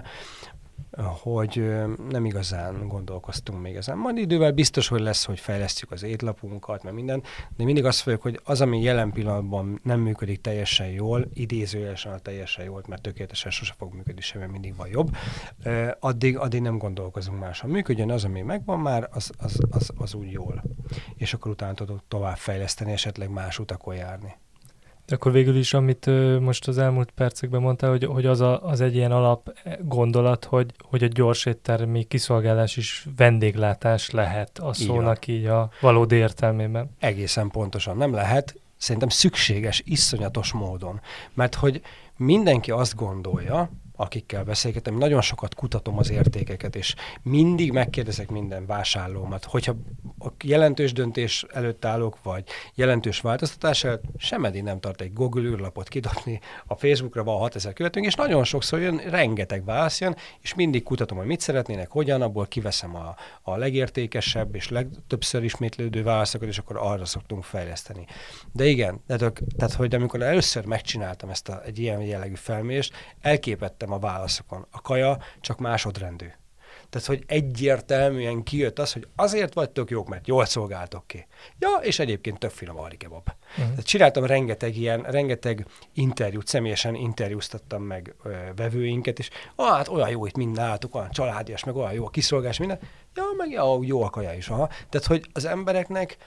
hogy nem igazán gondolkoztunk még ezen. Majd idővel biztos, hogy lesz, hogy fejlesztjük az étlapunkat, meg minden, de mindig azt fogjuk, hogy az, ami jelen pillanatban nem működik teljesen jól, idézőjelesen a teljesen jól, mert tökéletesen sose fog működni, semmi mindig van jobb, addig nem gondolkozunk máson. Működjön az, ami megvan már, az úgy jól. És akkor utána tudok tovább fejleszteni, esetleg más utakon járni. De akkor végül is, amit most az elmúlt percekben mondtál, hogy az egy ilyen alap gondolat, hogy a gyors éttermi kiszolgálás is vendéglátás lehet a szónak így a valódi értelmében. Egészen pontosan nem lehet, szerintem szükséges, iszonyatos módon. Mert hogy mindenki azt gondolja, akikkel beszélgetem, nagyon sokat kutatom az értékeket, és mindig megkérdezek minden vásárlómat, hogyha jelentős döntés előtt állok, vagy jelentős változtatás előtt, semmeddig nem tart egy Google űrlapot kidobni, a Facebookra van 6000 követőnk, és nagyon sokszor jön, rengeteg válasz jön, és mindig kutatom, hogy mit szeretnének, hogyan, abból kiveszem a legértékesebb és legtöbbször ismétlődő válaszokat, és akkor arra szoktunk fejleszteni. De igen, tehát hogy amikor először megcsináltam ezt egy ilyen jellegű felmérést, elképettem a válaszokon. A kaja csak másodrendű. Tehát, hogy egyértelműen kijött az, hogy azért vagytok jók, mert jól szolgáltok ki. Ja, és egyébként tök finom a harikebab. Tehát csináltam rengeteg interjút, személyesen interjúztattam meg vevőinket, és hát olyan jó itt mind nálatok, olyan családias, meg olyan jó a kiszolgálás, minden. Ja, meg jó a kaja is. Aha. Tehát, hogy az embereknek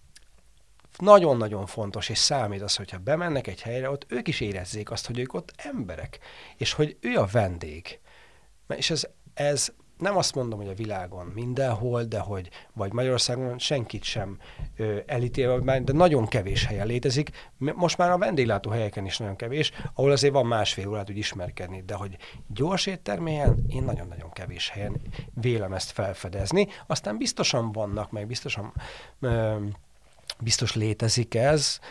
nagyon-nagyon fontos, és számít az, hogyha bemennek egy helyre, ott ők is érezzék azt, hogy ők ott emberek, és hogy ő a vendég. És ez nem azt mondom, hogy a világon mindenhol, de hogy vagy Magyarországon senkit sem elítélve, de nagyon kevés helyen létezik. Most már a vendéglátó helyeken is nagyon kevés, ahol azért van másfél órát úgy ismerkedni, de hogy gyors éttermélyen én nagyon-nagyon kevés helyen vélem ezt felfedezni. Aztán biztosan vannak, meg biztos létezik ez,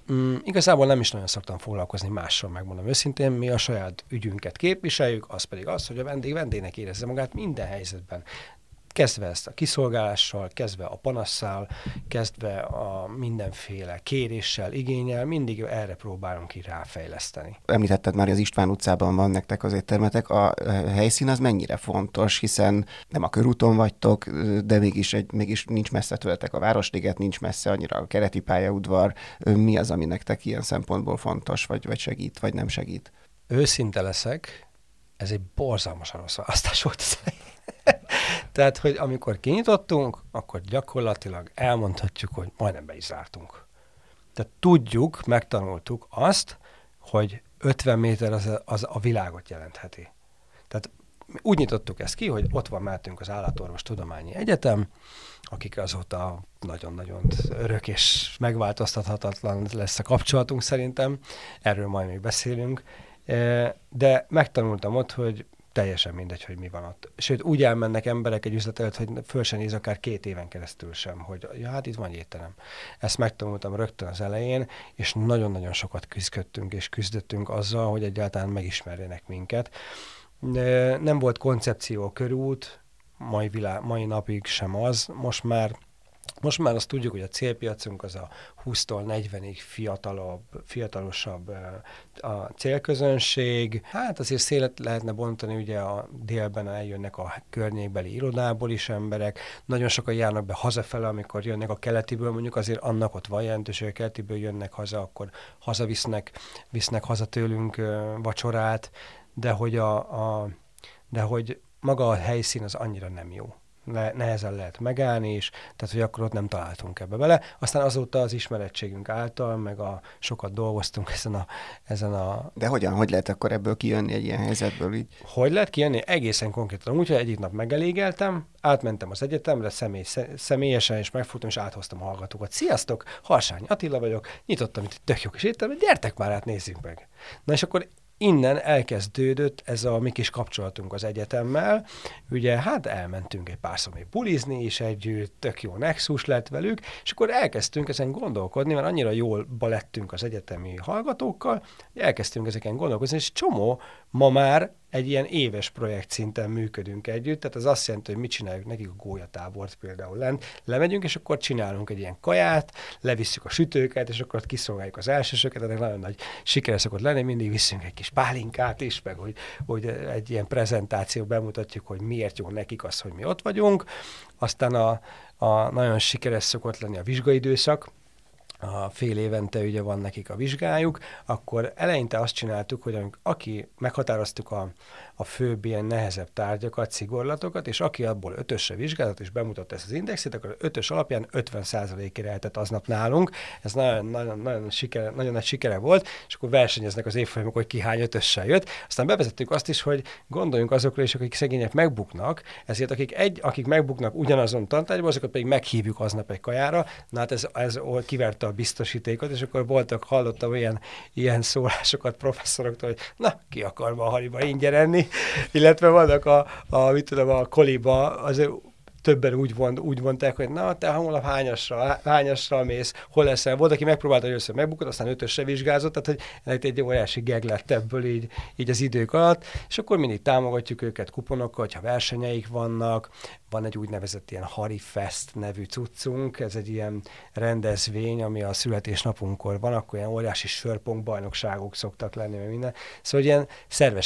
Igazából nem is nagyon szoktam foglalkozni mással, megmondom őszintén. Mi a saját ügyünket képviseljük, az pedig az, hogy a vendégnek érezze magát minden helyzetben. Kezdve ezt a kiszolgálással, kezdve a panasszal, kezdve a mindenféle kéréssel, igénnyel, mindig erre próbálunk így ráfejleszteni. Említetted már, hogy az István utcában van nektek az éttermetek. A helyszín az mennyire fontos, hiszen nem a körúton vagytok, de mégis nincs messze tőletek a Városliget, nincs messze annyira a keleti pályaudvar. Mi az, ami nektek ilyen szempontból fontos, vagy segít, vagy nem segít? Őszinte leszek, ez egy borzalmasan rossz választás volt az elején. Tehát, hogy amikor kinyitottunk, akkor gyakorlatilag elmondhatjuk, hogy majdnem be is zártunk. Tehát tudjuk, megtanultuk azt, hogy 50 méter az a világot jelentheti. Tehát úgy nyitottuk ezt ki, hogy ott van mellettünk az Állatorvos Tudományi Egyetem, akik azóta nagyon-nagyon örök és megváltoztathatatlan lesz a kapcsolatunk szerintem. Erről majd még beszélünk. De megtanultam ott, hogy teljesen mindegy, hogy mi van ott. Sőt, úgy elmennek emberek egy üzlet előtt, hogy föl se néz akár 2 éven keresztül sem, hogy ja, hát itt van egy étterem. Ezt megtanultam rögtön az elején, és nagyon-nagyon sokat küzdöttünk és küzdöttünk azzal, hogy egyáltalán megismerjenek minket. Nem volt koncepció a mai napig sem az. Most már azt tudjuk, hogy a célpiacunk az a 20-tól 40-ig fiatalosabb a célközönség. Hát azért szélet lehetne bontani, ugye a délben eljönnek a környékbeli irodából is emberek, nagyon sokan járnak be hazafele, amikor jönnek a keletiből, mondjuk azért annak ott van jelentőség, hogy a keletiből jönnek haza, akkor visznek haza tőlünk vacsorát, de hogy maga a helyszín az annyira nem jó. Nehezen lehet megállni is, tehát hogy akkor ott nem találtunk ebbe bele. Aztán azóta az ismerettségünk által, meg sokat dolgoztunk ezen a... De hogy lehet akkor ebből kijönni egy ilyen helyzetből így? Hogy lehet kijönni? Egészen konkrétan. Úgyhogy egyik nap megelégeltem, átmentem az egyetemre személyesen, és megfogtam, és áthoztam a hallgatókat. Sziasztok, Harsányi Attila vagyok, nyitottam itt egy tök jó kis éttermet, gyertek már át, nézzük meg. Na és akkor innen elkezdődött ez a mi kis kapcsolatunk az egyetemmel. Ugye hát elmentünk egy párszor még bulizni is együtt, tök jó nexus lett velük, és akkor elkezdtünk ezen gondolkodni, mert annyira jól lettünk az egyetemi hallgatókkal, hogy elkezdtünk ezeken gondolkozni, és csomó ma már egy ilyen éves projekt szinten működünk együtt, tehát az azt jelenti, hogy mit csináljuk nekik a gólyatábort például lent. Lemegyünk, és akkor csinálunk egy ilyen kaját, levisszük a sütőket, és akkor kiszolgáljuk az elsősöket, ennek nagyon nagy sikere szokott lenni, mindig viszünk egy kis pálinkát is, meg hogy egy ilyen prezentáció bemutatjuk, hogy miért jó nekik az, hogy mi ott vagyunk. Aztán a nagyon sikeres szokott lenni a vizsgaidőszak, a fél évente ugye van nekik a vizsgájuk, akkor eleinte azt csináltuk, hogy aki meghatároztuk a főbb ilyen nehezebb tárgyakat, szigorlatokat, és aki abból 5-ösre vizsgázott, és bemutatta ezt az indexet, akkor 5-ös alapján 50%-ére lehetett aznap nálunk. Ez nagyon nagy sikere volt, és akkor versenyeznek az évfolyamok, hogy ki hány 5-össel jött. Aztán bevezettük azt is, hogy gondoljunk azokra is, akik szegények megbuknak, ezért akik megbuknak ugyanazon tantárgyban, azokat pedig meghívjuk aznap egy kajára. Na hát ez kiverte a biztosítékot, és akkor hallottam ilyen szólásokat professzoroktól, hogy na, ki akar ma a haliba ingyen enni, illetve vannak a koliba, az többen úgy mondták, hogy na, te holnap hányasra mész, hol leszel. Volt, aki megpróbálta, hogy először megbukott, aztán 5-ösre vizsgázott, tehát hogy ennek egy óriási geg lett ebből így az idők alatt, és akkor mindig támogatjuk őket kuponokkal, ha versenyeik vannak. Van egy úgynevezett ilyen Harifest nevű cuccunk, ez egy ilyen rendezvény, ami a születésnapunkkor van, akkor ilyen óriási sörpong bajnokságok szoktak lenni, meg minden. Szóval ilyen szerves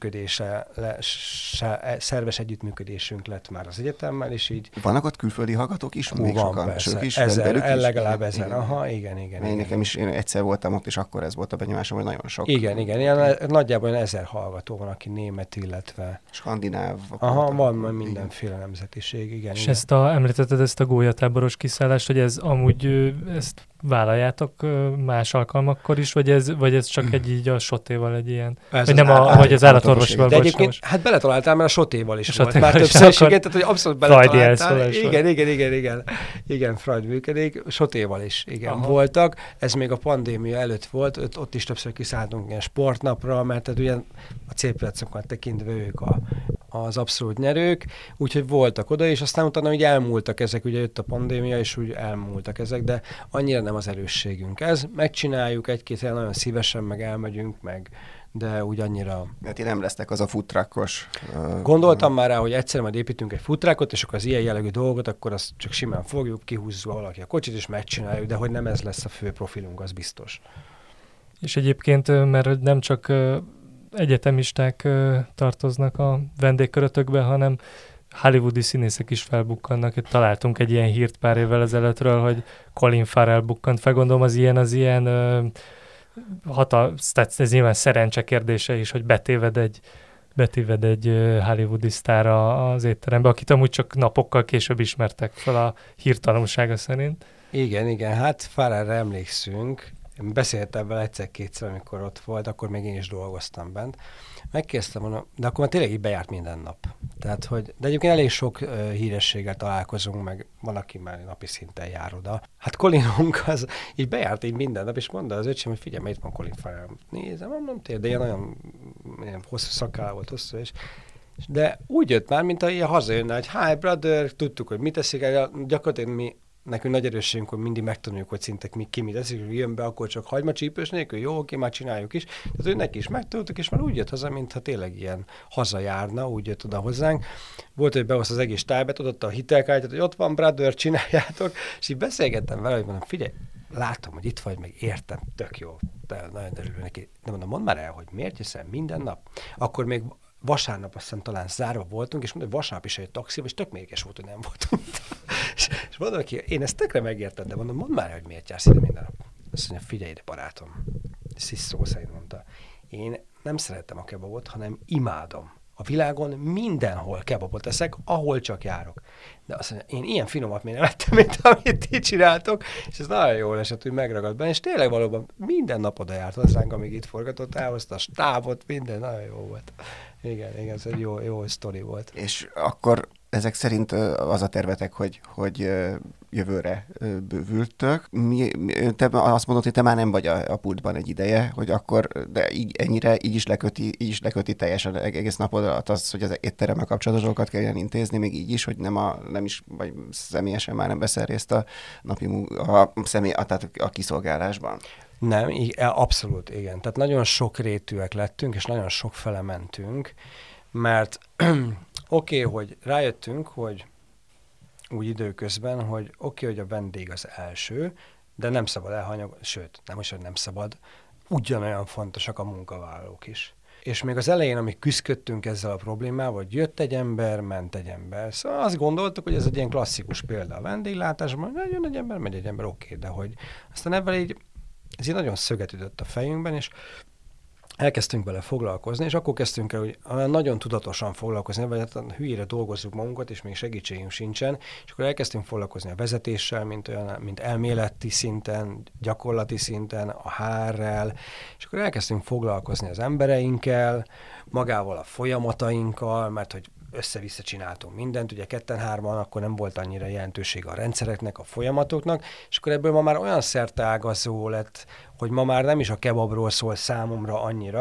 együttműködésünk lett már az egyetemmel, és így... Vannak ott külföldi hallgatók is? Még van, sokan, persze. Is, legalább 1000. Aha, igen. Nekem is, én egyszer voltam ott, és akkor ez volt a benyomásom, hogy nagyon sok. Igen. Ilyen, nagyjából 1000 hallgató van, aki német, illetve... Skandináv. Aha, van mindenféle nemzetiség, igen. És említetted ezt a gólyatáboros kiszállást, hogy ez amúgy ezt vállaljátok más alkalmakkor is, vagy ez csak egy a sotéval egy ilyen, vagy nem vagy az állatorvosival. De egyébként, hát beletaláltál, mert a sotéval is volt. Már többször is, igen, tehát hogy abszolút beletaláltál. Igen, Freud működik, sotéval is, igen, voltak. Ez még a pandémia előtt volt, ott is többször kiszálltunk ilyen sportnapra, mert tehát ugye a célpiacokat tekintve ők az abszolút nyerők, úgyhogy voltak oda, és aztán utána úgy elmúltak ezek, ugye jött a pandémia, és úgy elmúltak ezek, de annyira nem az erősségünk ez. Megcsináljuk egy-két helyen nagyon szívesen, meg elmegyünk, de úgy annyira... De ti nem lesztek az a futtrakkos... Gondoltam már rá, hogy egyszer majd építünk egy futrákot, és akkor az ilyen jellegű dolgot, akkor azt csak simán fogjuk, kihúzzuk valaki a kocsit, és megcsináljuk, de hogy nem ez lesz a fő profilunk, az biztos. És egyébként, mert nem csak egyetemisták tartoznak a vendégkörötökbe, hanem hollywoodi színészek is felbukkannak. Találtunk egy ilyen hírt pár évvel ezelőttről, hogy Colin Farrell bukkant fel. Gondolom az ilyen tehát ez nyilván szerencse kérdése is, hogy betéved egy hollywoodi sztára az étterembe, akit amúgy csak napokkal később ismertek fel a hírtanulsága szerint. Igen, hát Farrellre emlékszünk. Én beszéltem vele egyszer-kétszer, amikor ott volt, akkor még én is dolgoztam bent. Megkérdeztem, mondom, de akkor már tényleg így bejárt minden nap. Tehát, de egyébként elég sok hírességgel találkozunk, meg van, aki már napi szinten jár oda. Hát Colinunk az így bejárt így minden nap, és mondta az öcsém, hogy figyelj, itt van Colin Farrell. Nézem, mondom, tényleg, de ilyen hosszú szakáll volt, hosszú, de úgy jött már, mint ilyen hazajönne, hogy hi brother, tudtuk, hogy mit teszik, gyakorlatilag nekünk nagy erősségünk, hogy mindig megtanuljuk, hogy szinte ki mit teszik, hogy jön be, akkor csak hagymacsípős nélkül, jó, oké, már csináljuk is. Tehát ő neki is megtanultuk, és már úgy jött haza, mintha tényleg ilyen hazajárna, úgy jött oda hozzánk. Volt, hogy behoz az egész tájbet, adott a hitelkártyát, hogy ott van, brother, csináljátok, és így beszélgettem vele, hogy mondom, figyelj, látom, hogy itt vagy, meg értem, tök jó, de nagyon örülök neki. De mondom, mondd már el, hogy miért jössz el minden nap? Akkor még vasárnap azt hiszem talán zárva voltunk, és mondta, hogy vasárnap is egy taxiba, és tök mérges volt, hogy nem voltunk. és mondom neki, én ezt tökre megértem, de mondom, mondd már, hogy miért jársz ide minden nap. Azt mondja, figyelj ide, barátom. Ezt is szó szerint mondta. Én nem szeretem a kebabot, hanem imádom. A világon mindenhol kebabot eszek, ahol csak járok. De azt mondja, én ilyen finomat még nem ettem, mint amit ti csináltok, és ez nagyon jól esett, hogy megragad benne, és tényleg valóban minden nap oda járt hozzánk, amíg itt forgatott, elhozta a stábot, minden nagyon jó volt. Igen, ez egy jó sztori volt. És akkor ezek szerint az a tervetek, hogy jövőre bővültök. Te azt mondod, hogy te már nem vagy a pultban egy ideje, hogy akkor, de ennyire így is leköti teljesen egész napodat az, hogy az étteremmel kapcsolatos dolgokat kelljen intézni, még így is, hogy nem is, vagy személyesen már nem veszel részt a napi tehát a kiszolgálásban. Nem, abszolút igen. Tehát nagyon sokrétűek lettünk, és nagyon sok fele mentünk, mert oké, hogy rájöttünk, hogy úgy időközben, hogy hogy a vendég az első, de nem szabad elhanyagolni, sőt, nem szabad, ugyanolyan fontosak a munkavállalók is. És még az elején, amíg küzdködtünk ezzel a problémával, hogy jött egy ember, ment egy ember. Szóval azt gondoltuk, hogy ez egy ilyen klasszikus példa a vendéglátásban, hogy jön egy ember, megy egy ember, oké, de hogy aztán ebben ez így nagyon szöget ütött a fejünkben, és elkezdtünk vele foglalkozni, és akkor kezdtünk el, hogy nagyon tudatosan foglalkozni, vagy hát hülyére dolgozzuk magunkat, és még segítségünk sincsen, és akkor elkezdtünk foglalkozni a vezetéssel, mint elméleti szinten, gyakorlati szinten, a HR-rel, és akkor elkezdtünk foglalkozni az embereinkkel, magával a folyamatainkkal, mert hogy össze-vissza csináltunk mindent, ugye 2-3-an akkor nem volt annyira jelentősége a rendszereknek, a folyamatoknak, és akkor ebből ma már olyan szerteágazó lett, hogy ma már nem is a kebabról szól számomra annyira,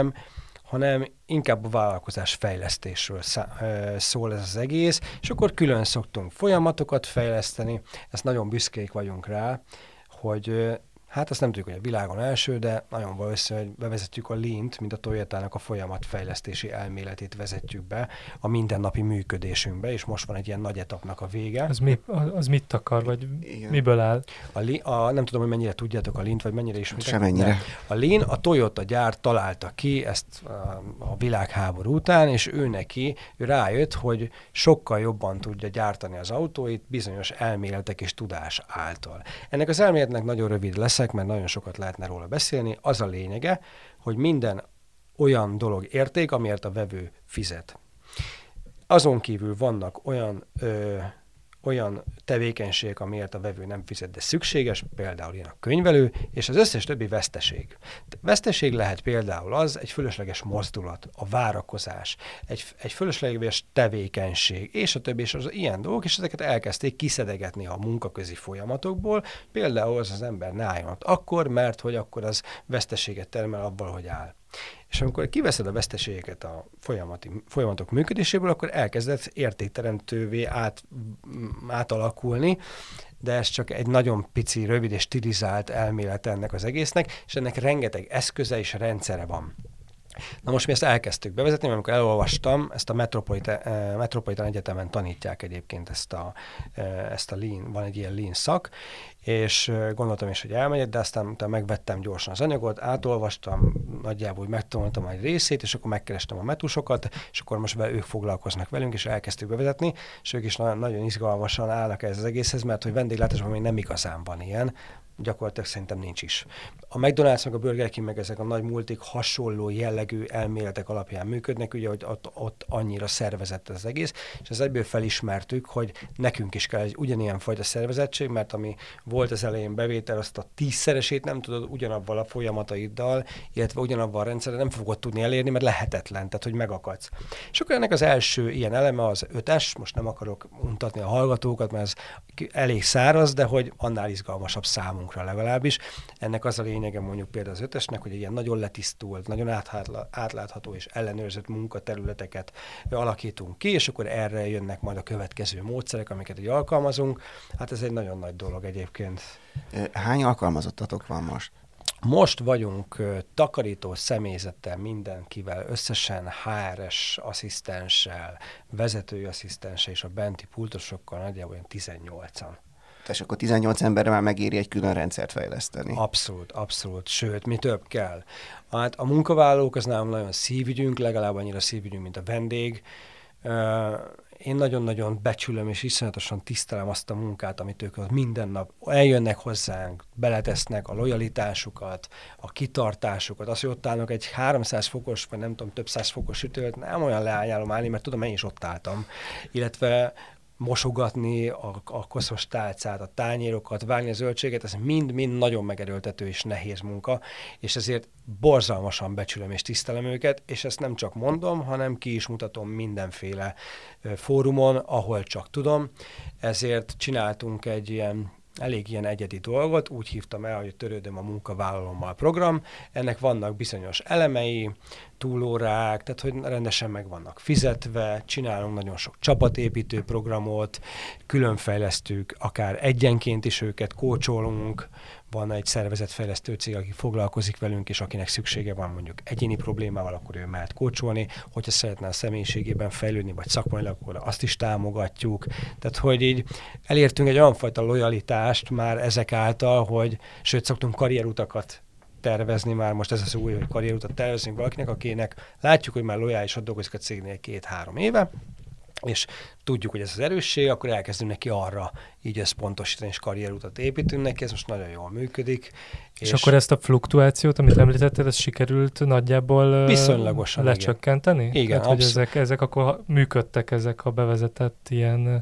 hanem inkább a vállalkozás fejlesztésről szól ez az egész, és akkor külön szoktunk folyamatokat fejleszteni, ezt nagyon büszkék vagyunk rá, hogy hát azt nem tudjuk, hogy a világon első, de nagyon valószínű, hogy bevezetjük a Lean-t, mint a Toyotának a folyamatfejlesztési elméletét vezetjük be a mindennapi működésünkbe, és most van egy ilyen nagy etapnak a vége. Az mit akar, vagy igen. Miből áll? Nem tudom, hogy mennyire tudjátok a Lean-t, vagy mennyire ismeritek. Semennyire. A Lean, a Toyota gyár találta ki ezt a világháború után, és ő rájött, hogy sokkal jobban tudja gyártani az autóit bizonyos elméletek és tudás által. Ennek az elméletnek nagyon rövid leszek, mert nagyon sokat lehetne róla beszélni. Az a lényege, hogy minden olyan dolog érték, amiért a vevő fizet. Azon kívül vannak olyan tevékenységek, amiért a vevő nem fizet, de szükséges, például ilyen a könyvelő, és az összes többi veszteség. Veszteség lehet például az egy fölösleges mozdulat, a várakozás, egy fölösleges tevékenység, és a többi, és az ilyen dolgok, és ezeket elkezdték kiszedegetni a munkaközi folyamatokból, például az ember ne álljon ott akkor, mert hogy akkor az veszteséget termel abból, hogy áll. És amikor kiveszed a veszteségeket a folyamatok működéséből, akkor elkezdett értékteremtővé átalakulni, de ez csak egy nagyon pici, rövid és stilizált elmélet ennek az egésznek, és ennek rengeteg eszköze és rendszere van. Na most mi ezt elkezdtük bevezetni, mert amikor elolvastam, ezt a Metropolitan Egyetemen tanítják egyébként ezt a Lean, van egy ilyen Lean szak, és gondoltam is, hogy elmegyek, de aztán utána megvettem gyorsan az anyagot, átolvastam, nagyjából úgy megtanultam egy részét, és akkor megkerestem a metusokat, és akkor most ők foglalkoznak velünk, és elkezdtük bevezetni, és ők is nagyon izgalmasan állnak ez az egészhez, mert hogy vendéglátásban még nem igazán van ilyen, gyakorlatilag szerintem nincs is. A McDonald's meg a Burger King meg ezek a nagy multik hasonló jellegű elméletek alapján működnek, ugye, hogy ott annyira szervezett az egész, és az egyből felismertük, hogy nekünk is kell egy ugyanilyen fajta szervezettség, mert ami volt az elején bevétel, azt a 10-szeresét nem tudod ugyanabban a folyamataiddal, illetve ugyanabban a rendszerrel nem fogod tudni elérni, mert lehetetlen, tehát hogy megakadsz. És akkor ennek az első ilyen eleme az 5-es, most nem akarok untatni a hallgatókat, mert ez elég száraz, de hogy annál izgalmasabb számunkra legalábbis. Ennek az a lényege mondjuk például az 5-esnek, hogy egy ilyen nagyon letisztult, nagyon átlátható és ellenőrzött munkaterületeket alakítunk ki, és akkor erre jönnek majd a következő módszerek, amiket így alkalmazunk. Hát ez egy nagyon nagy dolog egyébként. Hány alkalmazottatok van most? Most vagyunk takarító személyzettel, mindenkivel, összesen HRS asszisztenssel, vezetői asszisztenssel és a benti pultosokkal nagyjából 18-an. És akkor 18 emberre már megéri egy külön rendszert fejleszteni. Abszolút, abszolút. Sőt, mi több kell. Hát a munkavállalók az nálunk nagyon szívügyünk, legalább annyira szívügyünk, mint a vendég. Én nagyon-nagyon becsülöm és iszonyatosan tisztelem azt a munkát, amit ők minden nap eljönnek hozzánk, beletesznek a lojalitásukat, a kitartásukat, azt, hogy ott állnak egy 300 fokos, vagy nem tudom, több száz fokos sütőt, nem olyan leányálom állni, mert tudom, én is ott álltam. Illetve mosogatni a koszos tálcát, a tányérokat, vágni a zöldséget, ez mind-mind nagyon megerőltető és nehéz munka, és ezért borzalmasan becsülöm és tisztelem őket, és ezt nem csak mondom, hanem ki is mutatom mindenféle fórumon, ahol csak tudom. Ezért csináltunk egy elég ilyen egyedi dolgot, úgy hívtam el, hogy Törődöm a munkavállalommal program. Ennek vannak bizonyos elemei, túlórák, tehát hogy rendesen meg vannak fizetve, csinálunk nagyon sok csapatépítő programot, különfejlesztük, akár egyenként is őket kócsolunk, van egy szervezetfejlesztő cég, aki foglalkozik velünk, és akinek szüksége van mondjuk egyéni problémával, akkor ő mehet kócsolni, hogyha szeretne a személyiségében fejlődni, vagy szakmailag, akkor azt is támogatjuk. Tehát, hogy így elértünk egy olyan fajta lojalitást már ezek által, hogy sőt, szoktunk karrierutakat tervezni már, most ez az új, hogy karrierutat tervezünk valakinek, akinek látjuk, hogy már lojálisan dolgozik a cégnél 2-3 éve, és tudjuk, hogy ez az erősség, akkor elkezdünk neki arra így összpontosítani, és karrierutat építünk neki, ez most nagyon jól működik. És akkor ezt a fluktuációt, amit említetted, ez sikerült nagyjából viszonylagosan lecsökkenteni? Igen, hát, hogy ezek akkor működtek, ezek a bevezetett ilyen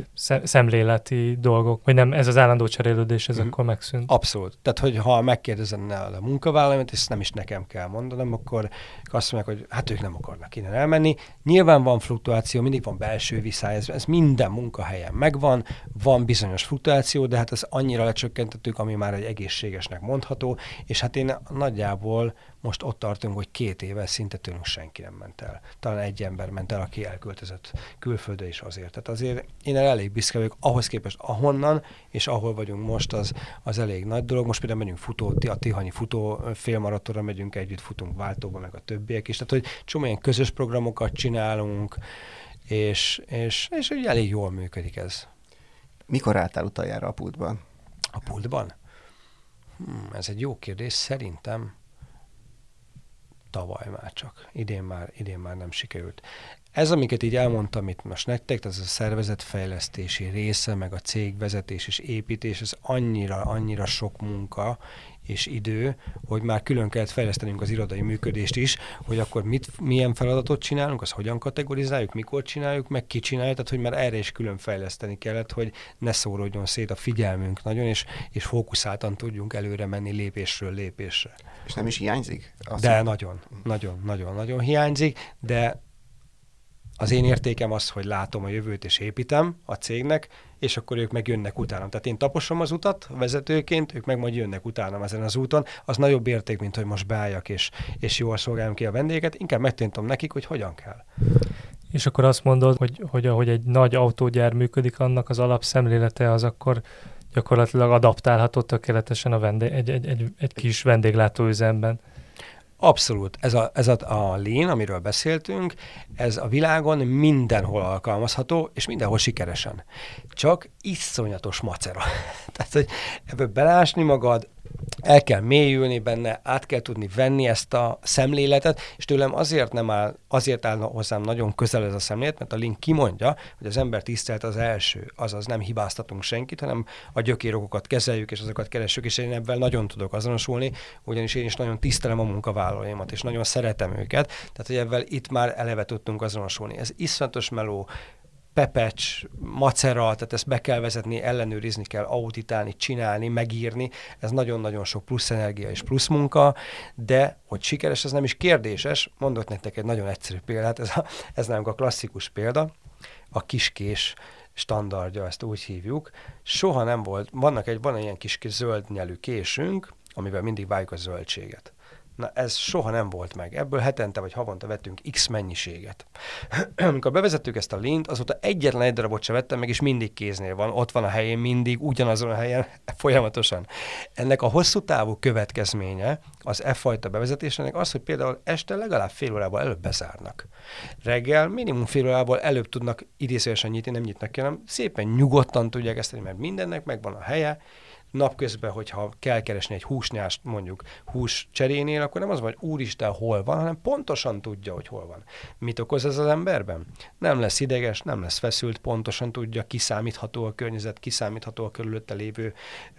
szemléleti dolgok, vagy nem, ez az állandó cserélődés, ez akkor megszűnt? Abszolút. Tehát, hogy ha megkérdezem a munkavállalót, és nem is nekem kell mondanom, akkor azt mondják, hogy hát ők nem akarnak innen elmenni. Nyilván van fluktuáció, mindig van belső viszály, ez minden munkahelyen megvan, van bizonyos fluktuáció, de hát ez annyira lecsökkentettük, ami már egy egészségesnek mondható, és hát én nagyjából most ott tartunk, hogy 2 éve szinte tőlünk senki nem ment el. Talán egy ember ment el, aki elköltözött külföldre is azért. Tehát azért én elég büszke vagyok, ahhoz képest ahonnan, és ahol vagyunk most, az elég nagy dolog. Most például megyünk a Tihanyi futó félmaratonra megyünk együtt, futunk váltóba, meg a többiek is. Tehát, hogy csomó ilyen közös programokat csinálunk, és úgy elég jól működik ez. Mikor álltál utoljára a pultban? A pultban? Ez egy jó kérdés. Szerintem tavaly már csak. Idén már nem sikerült. Ez, amiket így elmondtam itt most nektek, ez a szervezetfejlesztési része, meg a cégvezetés és építés, ez annyira sok munka és idő, hogy már külön kellett fejlesztenünk az irodai működést is, hogy akkor milyen feladatot csinálunk, azt hogyan kategorizáljuk, mikor csináljuk, meg ki csinálja, tehát hogy már erre is külön fejleszteni kellett, hogy ne szóródjon szét a figyelmünk nagyon, és fókuszáltan tudjunk előre menni lépésről lépésre. És nem is hiányzik? De nagyon hiányzik, de Az én értékem az, hogy látom a jövőt és építem a cégnek, és akkor ők meg jönnek utánam. Tehát én taposom az utat vezetőként, ők meg majd jönnek utánam ezen az úton. Az nagyobb érték, mint hogy most beálljak és jól szolgáljam ki a vendégeket. Inkább megtanítom nekik, hogy hogyan kell. És akkor azt mondod, hogy ahogy egy nagy autógyár működik, annak az alapszemlélete az akkor gyakorlatilag adaptálható tökéletesen egy kis vendéglátóüzemben. Abszolút. Ez a Lean, amiről beszéltünk, ez a világon mindenhol alkalmazható, és mindenhol sikeresen. Csak iszonyatos macera. Tehát, hogy ebből belásni magad, el kell mélyülni benne, át kell tudni venni ezt a szemléletet, és tőlem azért áll hozzám nagyon közel ez a szemlélet, mert a Lean kimondja, hogy az ember tisztelet az első, azaz nem hibáztatunk senkit, hanem a gyökérokokat kezeljük, és azokat keressük, és én ebben nagyon tudok azonosulni, ugyanis én is nagyon tisztelem a munkavállalóimat, és nagyon szeretem őket, tehát hogy ebben itt már eleve tudtunk azonosulni. Ez iszonyatos meló, pepecs, macera, tehát ezt be kell vezetni, ellenőrizni kell, auditálni, csinálni, megírni, ez nagyon-nagyon sok plusz energia és plusz munka, de hogy sikeres, ez nem is kérdéses. Mondok nektek egy nagyon egyszerű példát, ez nálunk a klasszikus példa, a kiskés standardja, ezt úgy hívjuk. Soha nem volt, van ilyen kis zöld nyelű késünk, amivel mindig vágjuk a zöldséget. Na, ez soha nem volt meg. Ebből hetente vagy havonta vettünk X mennyiséget. Amikor bevezettük ezt a Leant, azóta egyetlen egy darabot sem vettem meg, és mindig kéznél van. Ott van a helyén, mindig ugyanazon a helyen, folyamatosan. Ennek a hosszú távú következménye az fajta bevezetésének az, hogy például este legalább fél órával előbb bezárnak. Reggel minimum fél órával előbb tudnak idézőesen nyitni, nem nyitnak ki, hanem szépen nyugodtan tudják ezt tenni, mert mindennek megvan a helye. Napközben, hogyha kell keresni egy húsnyást, mondjuk hús cserénél, akkor nem az van, hogy úristen, hol van, hanem pontosan tudja, hogy hol van. Mit okoz ez az emberben? Nem lesz ideges, nem lesz feszült, pontosan tudja, kiszámítható a környezet, kiszámítható a körülötte lévő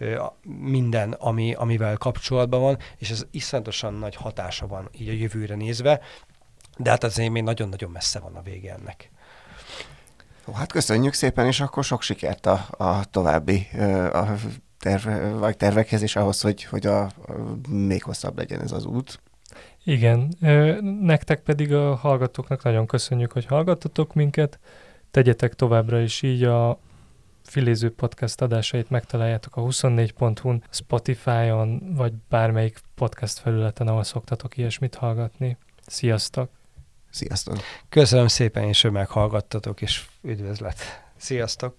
minden, amivel kapcsolatban van, és ez iszonyatosan nagy hatása van így a jövőre nézve, de hát azért még nagyon-nagyon messze van a vége ennek. Hát köszönjük szépen, és akkor sok sikert a további tervekhez, és ahhoz, hogy még hosszabb legyen ez az út. Igen, nektek pedig a hallgatóknak nagyon köszönjük, hogy hallgattatok minket. Tegyetek továbbra is így, a Filéző Podcast adásait megtaláljátok a 24.hu-n, Spotify-on, vagy bármelyik podcast felületen, ahol szoktatok ilyesmit hallgatni. Sziasztok! Sziasztok! Köszönöm szépen, és hogy meghallgattatok, és üdvözlet! Sziasztok!